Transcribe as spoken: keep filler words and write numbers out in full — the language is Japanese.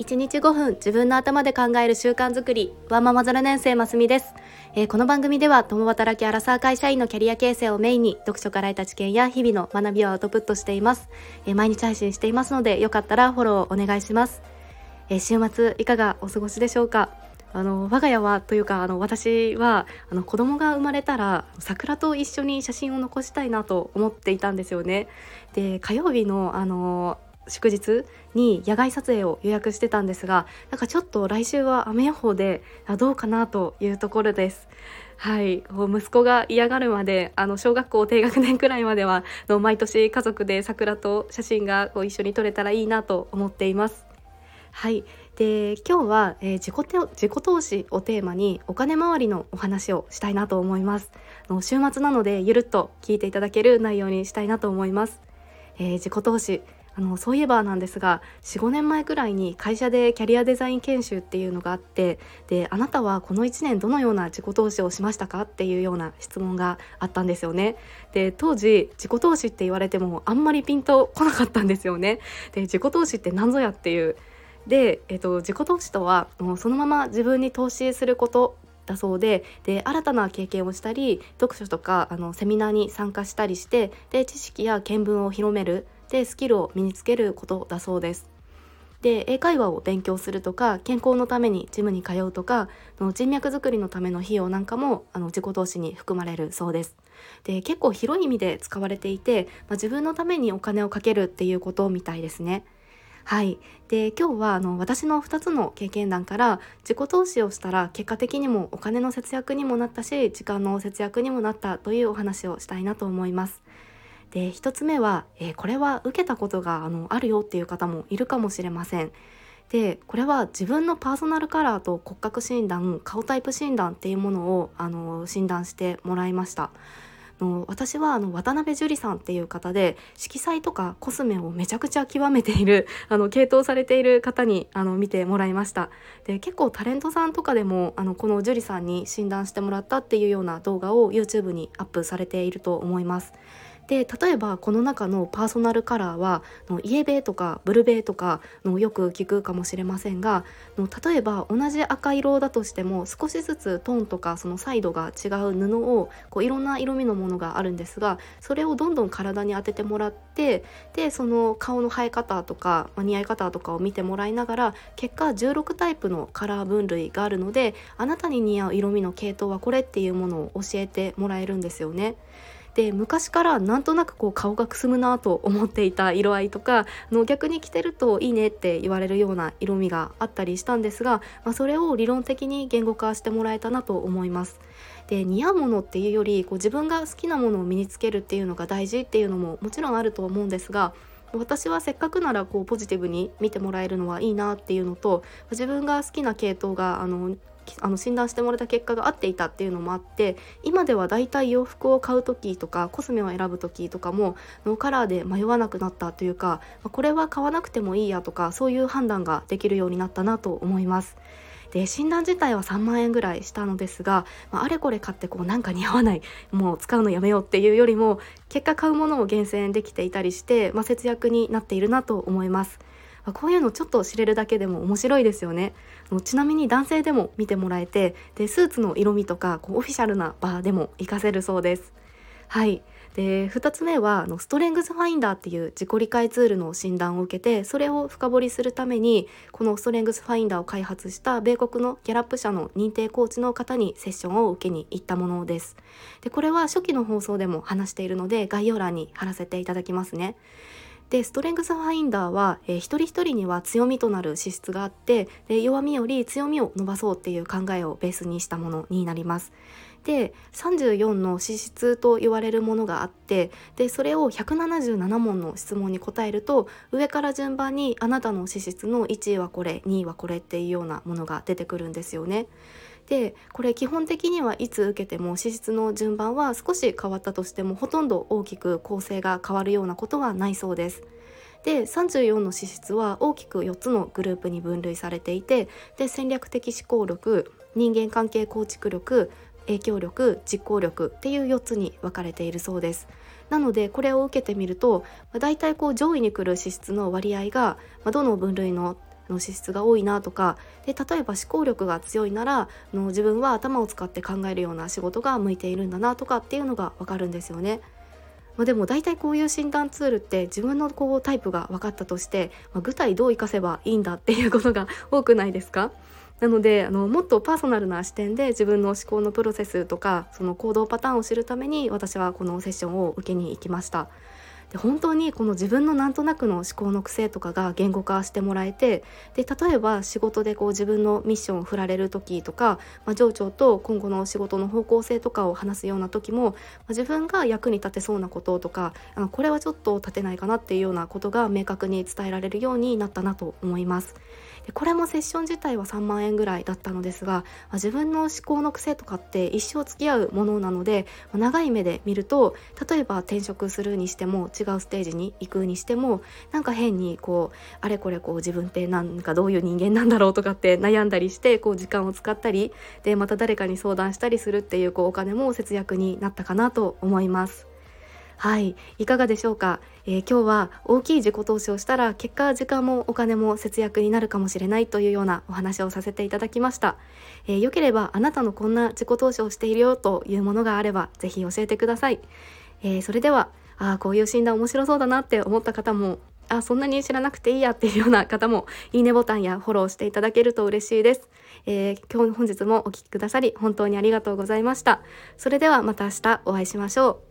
いちにちごふん自分の頭で考える習慣づくり、ワンママゼロねん生ますみです、えー、この番組では共働きアラサー会社員のキャリア形成をメインに読書から得た知見や日々の学びをアウトプットしています、えー、毎日配信していますのでよかったらフォローお願いします、えー、週末いかがお過ごしでしょうか。あの我が家はというかあの私はあの子供が生まれたら桜と一緒に写真を残したいなと思っていたんですよね。で火曜日のあの祝日に野外撮影を予約してたんですが、なんかちょっと来週は雨予報でどうかなというところです。はい、こう息子が嫌がるまであの小学校低学年くらいまではの毎年家族で桜と写真がこう一緒に撮れたらいいなと思っています。はい、で今日は、えー自己て自己投資をテーマにお金回りのお話をしたいなと思います。あの週末なのでゆるっと聞いていただける内容にしたいなと思います。えー自己投資、あのそういえばなんですが よん、ごねんまえくらいに会社でキャリアデザイン研修っていうのがあって、であなたはこのいちねんどのような自己投資をしましたかっていうような質問があったんですよね。で当時自己投資って言われてもあんまりピンとこなかったんですよね。で自己投資って何ぞやっていうで、えっと、自己投資とはもうそのまま自分に投資することだそうで、で新たな経験をしたり読書とかあのセミナーに参加したりしてで知識や見聞を広めるでスキルを身につけることだそうです。で英会話を勉強するとか健康のためにジムに通うとかの人脈作りのための費用なんかもあの自己投資に含まれるそうです。で結構広い意味で使われていて、まあ、自分のためにお金をかけるっていうことみたいですね。はい、で今日はあの私のふたつの経験談から自己投資をしたら結果的にもお金の節約にもなったし時間の節約にもなったというお話をしたいなと思います。でひとつめは、えーこれは受けたことがあのあるよっていう方もいるかもしれません。でこれは自分のパーソナルカラーと骨格診断、顔タイプ診断っていうものをあの診断してもらいました。の私はあの渡辺樹里さんっていう方で色彩とかコスメをめちゃくちゃ極めているあの系統されている方にあの見てもらいました。で結構タレントさんとかでもあのこの樹里さんに診断してもらったっていうような動画を YouTube にアップされていると思います。で例えばこの中のパーソナルカラーはのイエベーとかブルベーとかのよく聞くかもしれませんが、の例えば同じ赤色だとしても少しずつトーンとかそのサイドが違う布をこういろんな色味のものがあるんですが、それをどんどん体に当ててもらってでその顔の生え方とか、まあ、似合い方とかを見てもらいながら結果じゅうろくタイプのカラー分類があるのであなたに似合う色味の系統はこれっていうものを教えてもらえるんですよね。で昔からなんとなくこう顔がくすむなと思っていた色合いとかあの逆に着てるといいねって言われるような色味があったりしたんですが、まあ、それを理論的に言語化してもらえたなと思います。で似合うものっていうよりこう自分が好きなものを身につけるっていうのが大事っていうのももちろんあると思うんですが、私はせっかくならこうポジティブに見てもらえるのはいいなっていうのと、自分が好きな系統があのあの診断してもらった結果が合っていたっていうのもあって、今ではだいたい洋服を買う時とかコスメを選ぶ時とかものカラーで迷わなくなったというか、これは買わなくてもいいやとかそういう判断ができるようになったなと思います。で診断自体はさんまんえんぐらいしたのですが、まあ、あれこれ買ってこうなんか似合わない、もう使うのやめようっていうよりも結果買うものを厳選できていたりして、まあ、節約になっているなと思います。こういうのちょっと知れるだけでも面白いですよね。ちなみに男性でも見てもらえて、でスーツの色味とかこうオフィシャルな場でも活かせるそうです。はい。でふたつめはあのストレングスファインダーっていう自己理解ツールの診断を受けて、それを深掘りするためにこのストレングスファインダーを開発した米国のギャラップ社の認定コーチの方にセッションを受けに行ったものです。でこれは初期の放送でも話しているので概要欄に貼らせていただきますね。でストレングスファインダーは、えー、一人一人には強みとなる資質があって、で弱みより強みを伸ばそうっていう考えをベースにしたものになります。でさんじゅうよんの資質と言われるものがあって、でそれをひゃくななじゅうなな問の質問に答えると上から順番にあなたの資質のいちいはこれにいはこれっていうようなものが出てくるんですよね。でこれ基本的にはいつ受けても資質の順番は少し変わったとしてもほとんど大きく構成が変わるようなことはないそうです。でさんじゅうよんの資質は大きくよっつのグループに分類されていて、で戦略的思考力、人間関係構築力、影響力、実行力っていうよっつに分かれているそうです。なのでこれを受けてみると、だいたいこう上位に来る資質の割合が、まあ、どの分類のの資質が多いなとかで、例えば思考力が強いならの自分は頭を使って考えるような仕事が向いているんだなとかっていうのがわかるんですよね。まあ、でも大体こういう診断ツールって自分のこうタイプが分かったとして、まあ、具体どう活かせばいいんだっていうことが多くないですか？なのであのもっとパーソナルな視点で自分の思考のプロセスとかその行動パターンを知るために私はこのセッションを受けに行きました。で本当にこの自分のなんとなくの思考の癖とかが言語化してもらえて、で例えば仕事でこう自分のミッションを振られる時とか、まあ、上長と今後の仕事の方向性とかを話すような時も、まあ、自分が役に立てそうなこととかあのこれはちょっと立てないかなっていうようなことが明確に伝えられるようになったなと思います。でこれもセッション自体はさんまんえんぐらいだったのですが、まあ、自分の思考の癖とかって一生付き合うものなので、まあ、長い目で見ると例えば転職するにしても違うステージに行くにしてもなんか変にこうあれこれこう自分ってなんかどういう人間なんだろうとかって悩んだりしてこう時間を使ったりでまた誰かに相談したりするっていうこうお金も節約になったかなと思います。はい、いかがでしょうか。えー今日は大きい自己投資をしたら結果時間もお金も節約になるかもしれないというようなお話をさせていただきました。えーよければあなたのこんな自己投資をしているよというものがあればぜひ教えてください。えーそれではあーこういう診断面白そうだなって思った方もあそんなに知らなくていいやっていうような方もいいねボタンやフォローしていただけると嬉しいです。えー今日本日もお聞きくださり本当にありがとうございました。それではまた明日お会いしましょう。